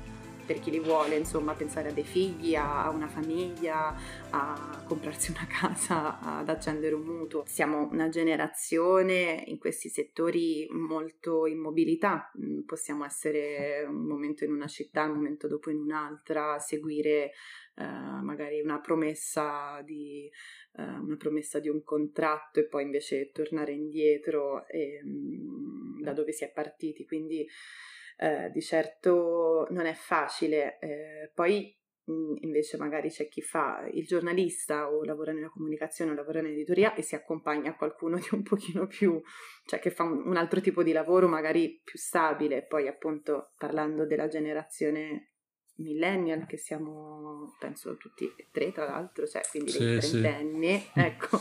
S3: per chi li vuole, insomma, pensare a dei figli, a una famiglia, a comprarsi una casa, ad accendere un mutuo. Siamo una generazione in questi settori molto in mobilità, possiamo essere un momento in una città, un momento dopo in un'altra, seguire eh, magari una promessa di eh, una promessa di un contratto e poi invece tornare indietro e, mh, da dove si è partiti, quindi eh, di certo non è facile. Eh, poi mh, invece magari c'è chi fa il giornalista o lavora nella comunicazione o lavora nell'editoria e si accompagna a qualcuno di un pochino più, cioè che fa un, un altro tipo di lavoro magari più stabile. Poi appunto parlando della generazione millennial, che siamo penso tutti e tre tra l'altro, cioè quindi dei
S4: Sì, sì.
S3: trentenni, ecco,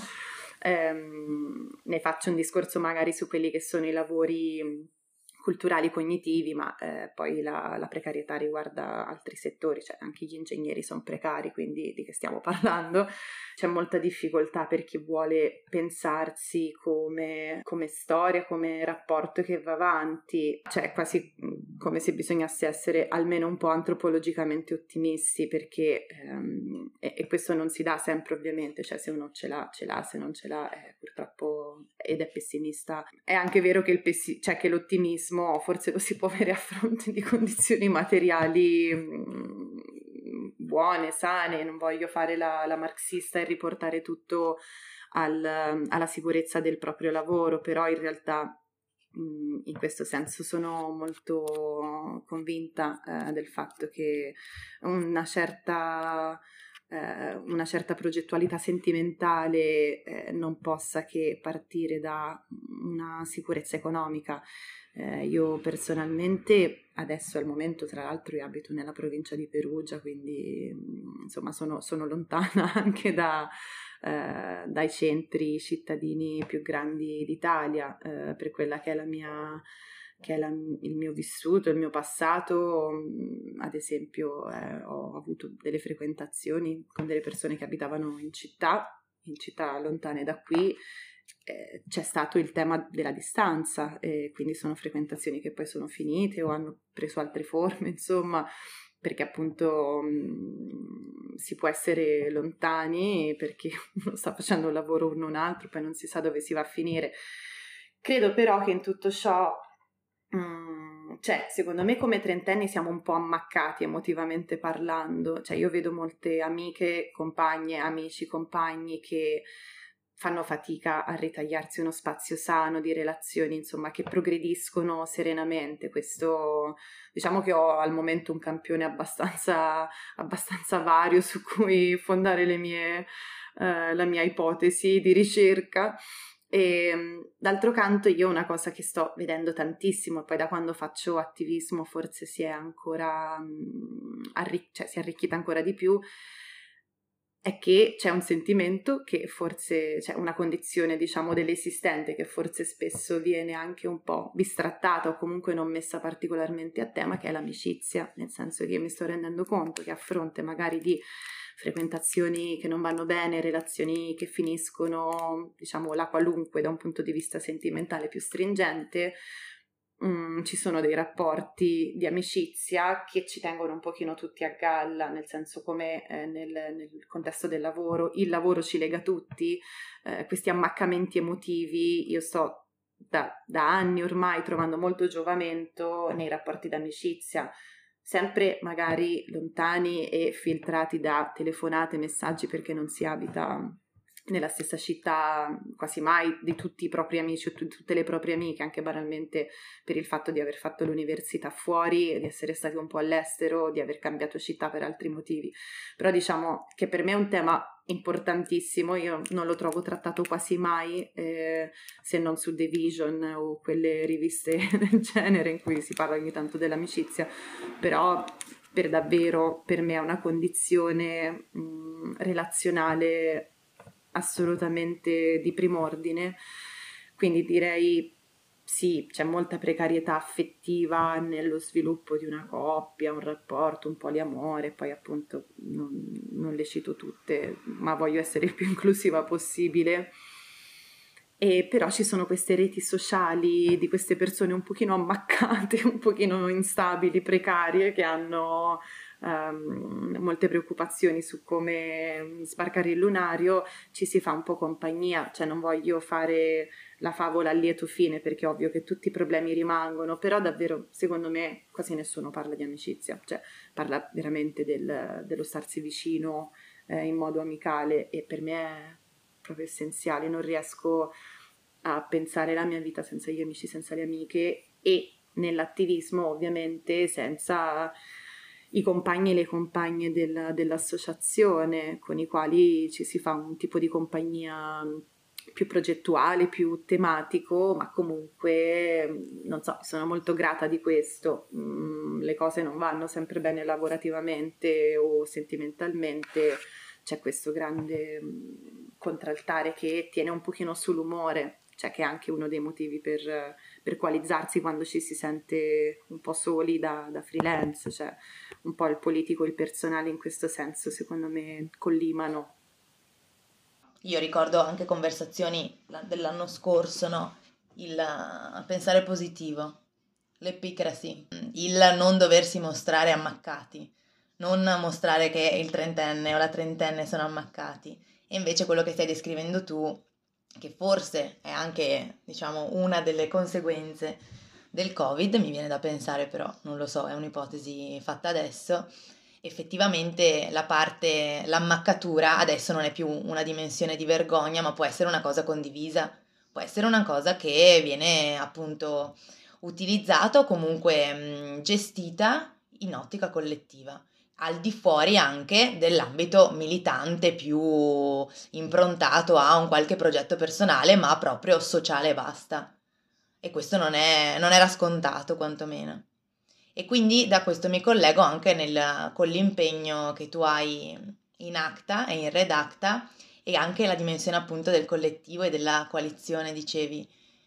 S3: ehm, ne faccio un discorso magari su quelli che sono i lavori culturali cognitivi, ma eh, poi la, la precarietà riguarda altri settori, cioè anche gli ingegneri sono precari, quindi di che stiamo parlando? C'è molta difficoltà per chi vuole pensarsi come, come storia, come rapporto che va avanti, cioè quasi come se bisognasse essere almeno un po' antropologicamente ottimisti, perché ehm, e, e questo non si dà sempre ovviamente, cioè se uno ce l'ha, ce l'ha, se non ce l'ha eh, purtroppo ed è pessimista. È anche vero che, il pessi- cioè che l'ottimismo forse lo si può avere a fronte di condizioni materiali mh, buone, sane, non voglio fare la, la marxista e riportare tutto al, alla sicurezza del proprio lavoro, però in realtà mh, in questo senso sono molto convinta eh, del fatto che una certa eh, una certa progettualità sentimentale eh, non possa che partire da una sicurezza economica. Eh, io personalmente adesso al momento, tra l'altro, io abito nella provincia di Perugia, quindi insomma sono, sono lontana anche da, eh, dai centri cittadini più grandi d'Italia, eh, per quella che è la mia che è la, il mio vissuto, il mio passato. Ad esempio eh, ho avuto delle frequentazioni con delle persone che abitavano in città, in città lontane da qui. Eh, c'è stato il tema della distanza, eh, quindi sono frequentazioni che poi sono finite o hanno preso altre forme, insomma, perché appunto mh, si può essere lontani perché uno sta facendo un lavoro uno un altro, poi non si sa dove si va a finire. Credo però che in tutto ciò Mm, cioè, secondo me come trentenni siamo un po' ammaccati emotivamente parlando, cioè io vedo molte amiche, compagne, amici, compagni che fanno fatica a ritagliarsi uno spazio sano di relazioni, insomma, che progrediscono serenamente. Questo, diciamo che ho al momento un campione abbastanza, abbastanza vario su cui fondare le mie, eh, la mia ipotesi di ricerca. E d'altro canto io una cosa che sto vedendo tantissimo, poi da quando faccio attivismo forse si è ancora mh, arric- cioè si è arricchita ancora di più, è che c'è un sentimento che forse, c'è una condizione diciamo dell'esistente che forse spesso viene anche un po' bistrattata o comunque non messa particolarmente a tema, che è l'amicizia, nel senso che io mi sto rendendo conto che a fronte magari di frequentazioni che non vanno bene, relazioni che finiscono, diciamo, la qualunque da un punto di vista sentimentale più stringente, mh, ci sono dei rapporti di amicizia che ci tengono un pochino tutti a galla, nel senso come eh, nel, nel contesto del lavoro, il lavoro ci lega tutti, eh, questi ammaccamenti emotivi, io sto da, da anni ormai trovando molto giovamento nei rapporti d'amicizia, sempre magari lontani e filtrati da telefonate, messaggi, perché non si abita nella stessa città quasi mai di tutti i propri amici o t- tutte le proprie amiche, anche banalmente per il fatto di aver fatto l'università fuori, di essere stati un po' all'estero, di aver cambiato città per altri motivi. Però diciamo che per me è un tema importantissimo, io non lo trovo trattato quasi mai, eh, se non su The Vision o quelle riviste del genere in cui si parla ogni tanto dell'amicizia, però per davvero per me è una condizione mh, relazionale assolutamente di prim'ordine, quindi direi sì, c'è molta precarietà affettiva nello sviluppo di una coppia, un rapporto, un poliamore, poi appunto non, non le cito tutte, ma voglio essere il più inclusiva possibile. E però ci sono queste reti sociali di queste persone un pochino ammaccate, un pochino instabili, precarie, che hanno um, molte preoccupazioni su come sbarcare il lunario. Ci si fa un po' compagnia, cioè non voglio fare la favola a lieto fine, perché è ovvio che tutti i problemi rimangono, però davvero secondo me quasi nessuno parla di amicizia, cioè parla veramente del, dello starsi vicino eh, in modo amicale, e per me è proprio essenziale. Non riesco a pensare la mia vita senza gli amici, senza le amiche, e nell'attivismo ovviamente senza i compagni e le compagne del, dell'associazione, con i quali ci si fa un tipo di compagnia più progettuale, più tematico, ma comunque non so, sono molto grata di questo. Mm, le cose non vanno sempre bene lavorativamente o sentimentalmente, c'è questo grande contraltare che tiene un pochino sull'umore, cioè che è anche uno dei motivi per, per coalizzarsi quando ci si sente un po' soli da, da freelance, cioè un po' il politico e il personale in questo senso secondo me collimano.
S2: Io ricordo anche conversazioni dell'anno scorso, no? Il pensare positivo, l'epicracy, il non doversi mostrare ammaccati, non mostrare che il trentenne o la trentenne sono ammaccati. E invece quello che stai descrivendo tu, che forse è anche, diciamo, una delle conseguenze del Covid, mi viene da pensare, però non lo so, è un'ipotesi fatta adesso, effettivamente la parte, l'ammaccatura adesso non è più una dimensione di vergogna, ma può essere una cosa condivisa, può essere una cosa che viene appunto utilizzata o comunque mh, gestita in ottica collettiva, al di fuori anche dell'ambito militante più improntato a un qualche progetto personale, ma proprio sociale e basta. E questo non è, non era scontato, quantomeno. E quindi da questo mi collego anche nel, con l'impegno che tu hai in ACTA e in Red ACTA, e anche la dimensione appunto del collettivo e della coalizione, dicevi.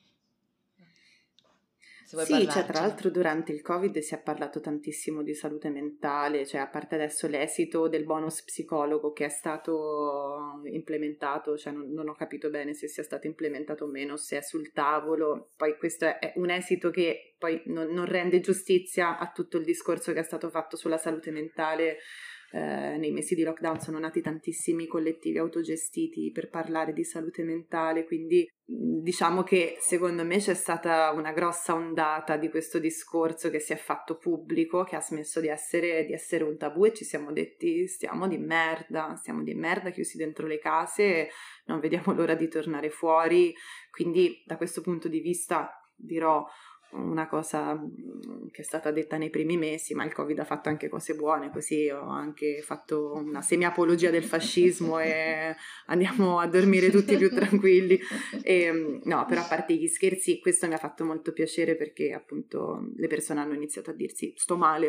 S2: Se vuoi
S3: sì,
S2: parlarci.
S3: cioè tra l'altro durante il Covid si è parlato tantissimo di salute mentale, cioè a parte adesso l'esito del bonus psicologo che è stato implementato, cioè non, non ho capito bene se sia stato implementato o meno, se è sul tavolo, poi questo è, è un esito che poi non, non rende giustizia a tutto il discorso che è stato fatto sulla salute mentale. Eh, nei mesi di lockdown sono nati tantissimi collettivi autogestiti per parlare di salute mentale, quindi diciamo che secondo me c'è stata una grossa ondata di questo discorso che si è fatto pubblico, che ha smesso di essere, di essere un tabù, e ci siamo detti stiamo di merda, stiamo di merda chiusi dentro le case, non vediamo l'ora di tornare fuori. Quindi da questo punto di vista dirò una cosa che è stata detta nei primi mesi, ma il Covid ha fatto anche cose buone, così ho anche fatto una semi-apologia del fascismo e andiamo a dormire tutti più tranquilli. E, no, però a parte gli scherzi, questo mi ha fatto molto piacere, perché appunto le persone hanno iniziato a dirsi sto male,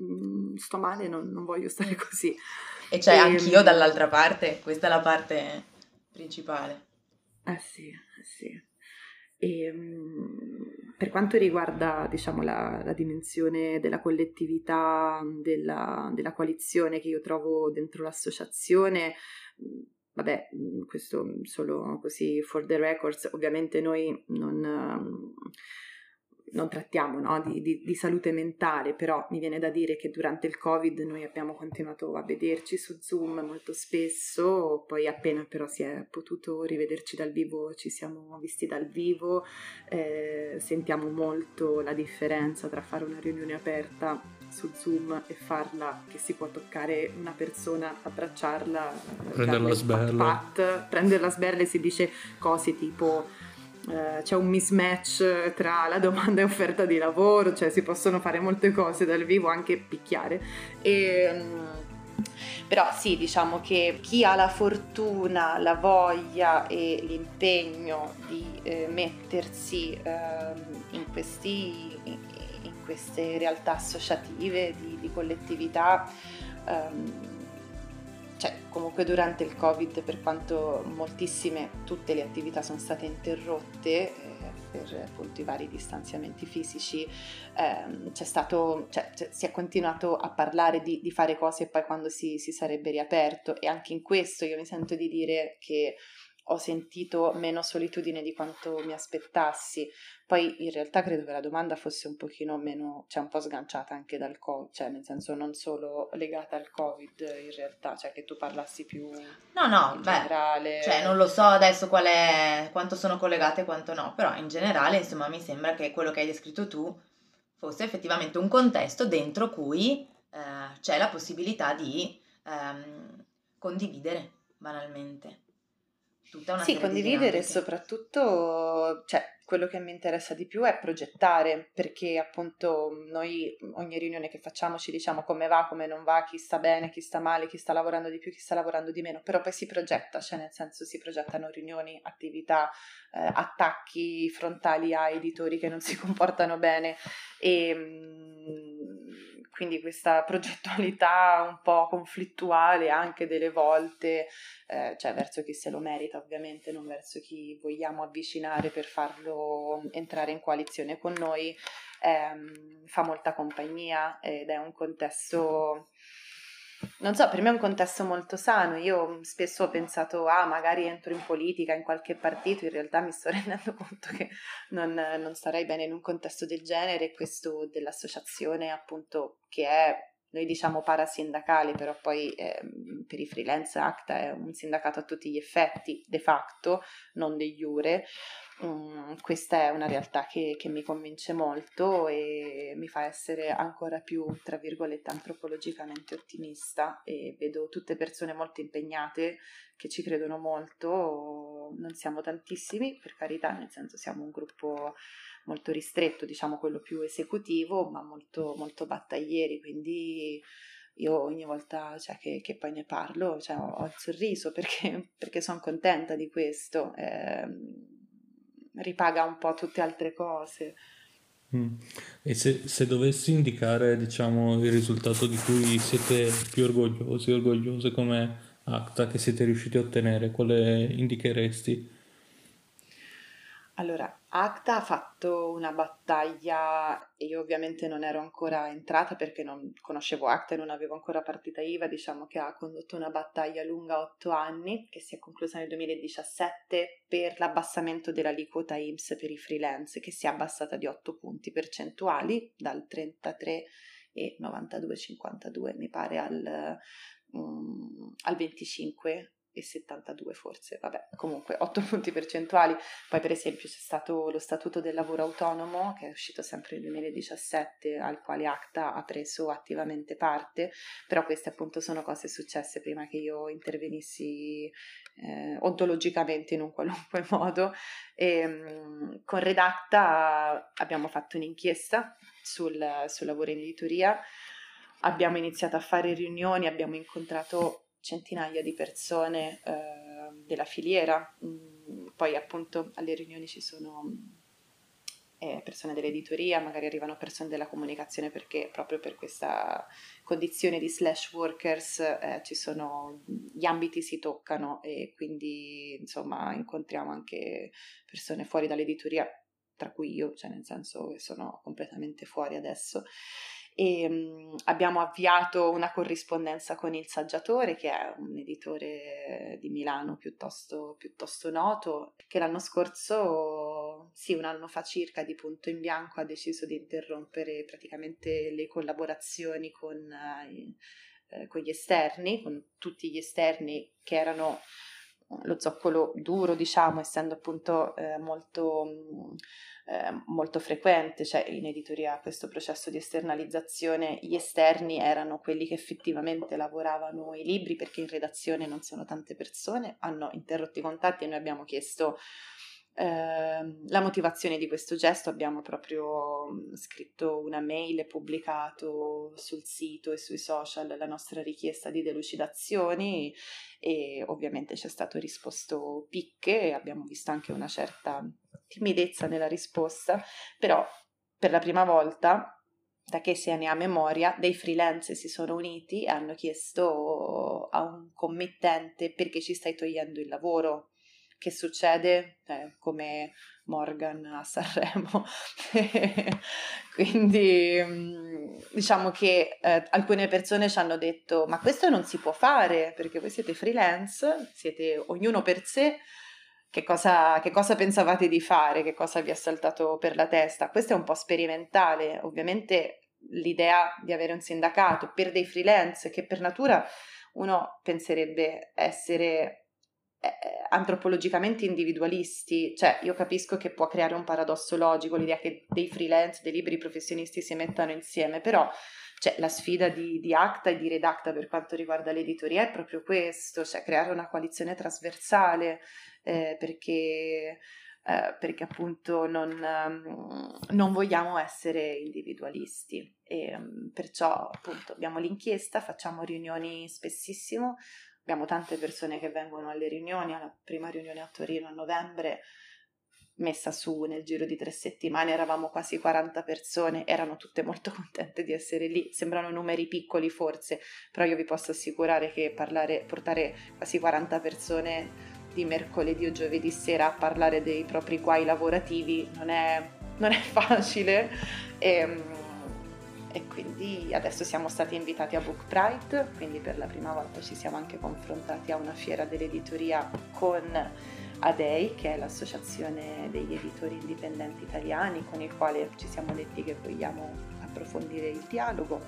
S3: sto male, non, non voglio stare così.
S2: E cioè e, anch'io dall'altra parte, questa è la parte principale.
S3: Eh sì, eh sì. E, per quanto riguarda diciamo la, la dimensione della collettività, della, della coalizione che io trovo dentro l'associazione, vabbè, questo solo così for the records, ovviamente noi non, non trattiamo, no, di, di, di salute mentale, però mi viene da dire che durante il Covid noi abbiamo continuato a vederci su Zoom molto spesso, poi appena però si è potuto rivederci dal vivo ci siamo visti dal vivo, eh, sentiamo molto la differenza tra fare una riunione aperta su Zoom e farla che si può toccare una persona, abbracciarla,
S4: prenderla a sberle,
S3: pat, pat, prenderla a sberle, si dice cose tipo Uh, c'è un mismatch tra la domanda e offerta di lavoro, cioè si possono fare molte cose dal vivo, anche picchiare. E, um, però sì, diciamo che chi ha la fortuna, la voglia e l'impegno di eh, mettersi eh, in, questi, in queste realtà associative, di, di collettività, um, cioè comunque durante il Covid, per quanto moltissime, tutte le attività sono state interrotte eh, per appunto i vari distanziamenti fisici, eh, c'è stato, cioè, cioè, si è continuato a parlare di, di fare cose, e poi quando si, si sarebbe riaperto, e anche in questo io mi sento di dire che ho sentito meno solitudine di quanto mi aspettassi. Poi in realtà credo che la domanda fosse un pochino meno, cioè un po' sganciata anche dal Covid, cioè nel senso non solo legata al Covid in realtà, cioè che tu parlassi più
S2: No, no,
S3: in
S2: beh,
S3: generale.
S2: cioè non lo so adesso qual è, quanto sono collegate e quanto no, però in generale, insomma, mi sembra che quello che hai descritto tu fosse effettivamente un contesto dentro cui eh, c'è la possibilità di ehm, condividere banalmente tutta una
S3: Sì,
S2: serie di
S3: condividere e
S2: dinamiche.
S3: soprattutto, cioè, quello che mi interessa di più è progettare, perché appunto noi ogni riunione che facciamo ci diciamo come va, come non va, chi sta bene, chi sta male, chi sta lavorando di più, chi sta lavorando di meno, però poi si progetta, cioè nel senso si progettano riunioni, attività, eh, attacchi frontali a editori che non si comportano bene e mh, quindi questa progettualità un po' conflittuale anche delle volte, eh, cioè verso chi se lo merita ovviamente, non verso chi vogliamo avvicinare per farlo entrare in coalizione con noi, ehm, fa molta compagnia ed è un contesto, non so, per me è un contesto molto sano. Io spesso ho pensato, ah, magari entro in politica, in qualche partito, in realtà mi sto rendendo conto che non, non starei bene in un contesto del genere, e questo dell'associazione appunto che è, noi diciamo parasindacale, però poi ehm, per i freelance ACTA è un sindacato a tutti gli effetti, de facto, non de iure. Um, questa è una realtà che, che mi convince molto e mi fa essere ancora più, tra virgolette, antropologicamente ottimista, e vedo tutte persone molto impegnate che ci credono molto. Non siamo tantissimi, per carità, nel senso siamo un gruppo molto ristretto, diciamo quello più esecutivo, ma molto, molto battaglieri, quindi io ogni volta cioè, che, che poi ne parlo cioè, ho, ho il sorriso perché, perché sono contenta di questo, eh, ripaga un po' tutte altre cose.
S4: Mm. E se, se dovessi indicare, diciamo, il risultato di cui siete più orgogliosi, orgogliose come ACTA che siete riusciti a ottenere, quale indicheresti?
S3: Allora, ACTA ha fatto una battaglia, e io ovviamente non ero ancora entrata perché non conoscevo ACTA e non avevo ancora partita I V A, diciamo che ha condotto una battaglia lunga otto anni, che si è conclusa nel duemiladiciassette per l'abbassamento dell'aliquota I N P S per i freelance, che si è abbassata di otto punti percentuali, dal trentatré e novantadue cinquantadue mi pare al, um, al venticinque e settantadue forse, vabbè, comunque otto punti percentuali. Poi per esempio c'è stato lo Statuto del lavoro autonomo che è uscito sempre nel duemiladiciassette, al quale ACTA ha preso attivamente parte, però queste appunto sono cose successe prima che io intervenissi eh, ontologicamente in un qualunque modo. E, um, con Redacta abbiamo fatto un'inchiesta sul, sul lavoro in editoria, abbiamo iniziato a fare riunioni, abbiamo incontrato centinaia di persone eh, della filiera, mm, poi appunto alle riunioni ci sono eh, persone dell'editoria, magari arrivano persone della comunicazione, perché proprio per questa condizione di slash workers eh, ci sono, gli ambiti si toccano e quindi insomma incontriamo anche persone fuori dall'editoria, tra cui io, cioè nel senso che sono completamente fuori adesso. E um, abbiamo avviato una corrispondenza con Il Saggiatore, che è un editore di Milano piuttosto, piuttosto noto, che l'anno scorso, sì, un anno fa circa, di punto in bianco ha deciso di interrompere praticamente le collaborazioni con, eh, con gli esterni, con tutti gli esterni che erano lo zoccolo duro, diciamo, essendo appunto eh, molto, eh, molto frequente, cioè in editoria questo processo di esternalizzazione, gli esterni erano quelli che effettivamente lavoravano i libri, perché in redazione non sono tante persone, hanno interrotto i contatti e noi abbiamo chiesto eh, la motivazione di questo gesto, abbiamo proprio scritto una mail e pubblicato sul sito e sui social la nostra richiesta di delucidazioni, e ovviamente c'è stato risposto picche e abbiamo visto anche una certa timidezza nella risposta, però per la prima volta, da che se ne ha memoria, dei freelance si sono uniti e hanno chiesto a un committente: perché ci stai togliendo il lavoro? Che succede? Eh, come Morgan a Sanremo. Quindi diciamo che eh, alcune persone ci hanno detto: ma questo non si può fare perché voi siete freelance, siete ognuno per sé, che cosa, che cosa pensavate di fare, che cosa vi è saltato per la testa. Questo è un po' sperimentale, ovviamente l'idea di avere un sindacato per dei freelance che per natura uno penserebbe essere eh, antropologicamente individualisti, cioè io capisco che può creare un paradosso logico l'idea che dei freelance, dei liberi professionisti si mettano insieme, però cioè, la sfida di, di ACTA e di Redacta per quanto riguarda l'editoria è proprio questo, cioè creare una coalizione trasversale eh, perché, eh, perché appunto non, um, non vogliamo essere individualisti e um, perciò appunto abbiamo l'inchiesta, facciamo riunioni spessissimo, abbiamo tante persone che vengono alle riunioni, alla prima riunione a Torino a novembre messa su nel giro di tre settimane, eravamo quasi quaranta persone, erano tutte molto contente di essere lì, sembrano numeri piccoli forse, però io vi posso assicurare che parlare, portare quasi quaranta persone di mercoledì o giovedì sera a parlare dei propri guai lavorativi non è, non è facile e, e quindi adesso siamo stati invitati a Book Pride, quindi per la prima volta ci siamo anche confrontati a una fiera dell'editoria con A D E I, che è l'associazione degli editori indipendenti italiani, con il quale ci siamo detti che vogliamo approfondire il dialogo.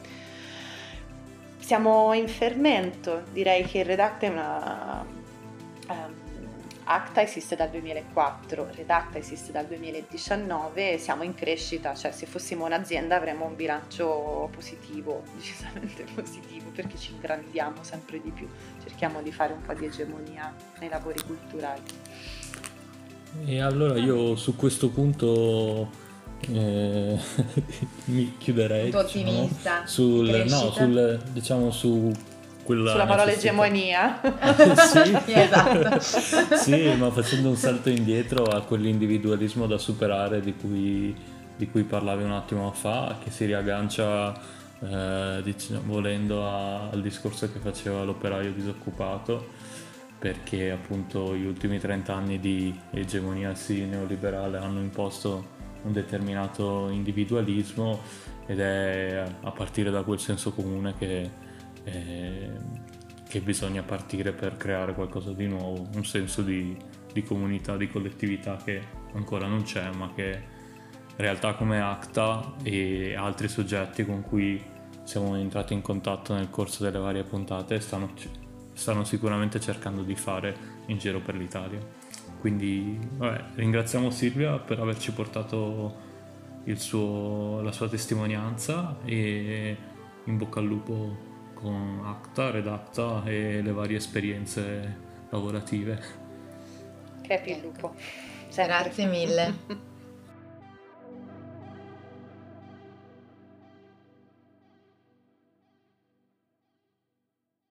S3: Siamo in fermento, direi che il Redacta è una... Um, ACTA esiste dal duemilaquattro, Redacta esiste dal duemiladiciannove, siamo in crescita, cioè se fossimo un'azienda avremmo un bilancio positivo, decisamente positivo, perché ci ingrandiamo sempre di più, cerchiamo di fare un po' di egemonia nei lavori culturali.
S4: E allora io su questo punto eh, mi chiuderei,
S2: Molto
S4: diciamo,
S2: ottimista,
S4: sul,
S2: crescita.
S4: no, sul, diciamo su quella
S3: Sulla parola
S4: necessità.
S3: egemonia.
S4: Sì.
S2: Esatto.
S4: Sì, ma facendo un salto indietro a quell'individualismo da superare di cui, di cui parlavi un attimo fa, che si riaggancia eh, diciamo, volendo a- al discorso che faceva l'operaio disoccupato, perché appunto gli ultimi trenta anni di egemonia sì neoliberale hanno imposto un determinato individualismo ed è a partire da quel senso comune che eh, che bisogna partire per creare qualcosa di nuovo, un senso di, di comunità, di collettività che ancora non c'è, ma che realtà come ACTA e altri soggetti con cui siamo entrati in contatto nel corso delle varie puntate stanno, stanno sicuramente cercando di fare in giro per l'Italia. Quindi vabbè, ringraziamo Silvia per averci portato il suo, la sua testimonianza e in bocca al lupo con ACTA, Redacta e le varie esperienze lavorative.
S3: Crepi il lupo.
S2: Grazie mille.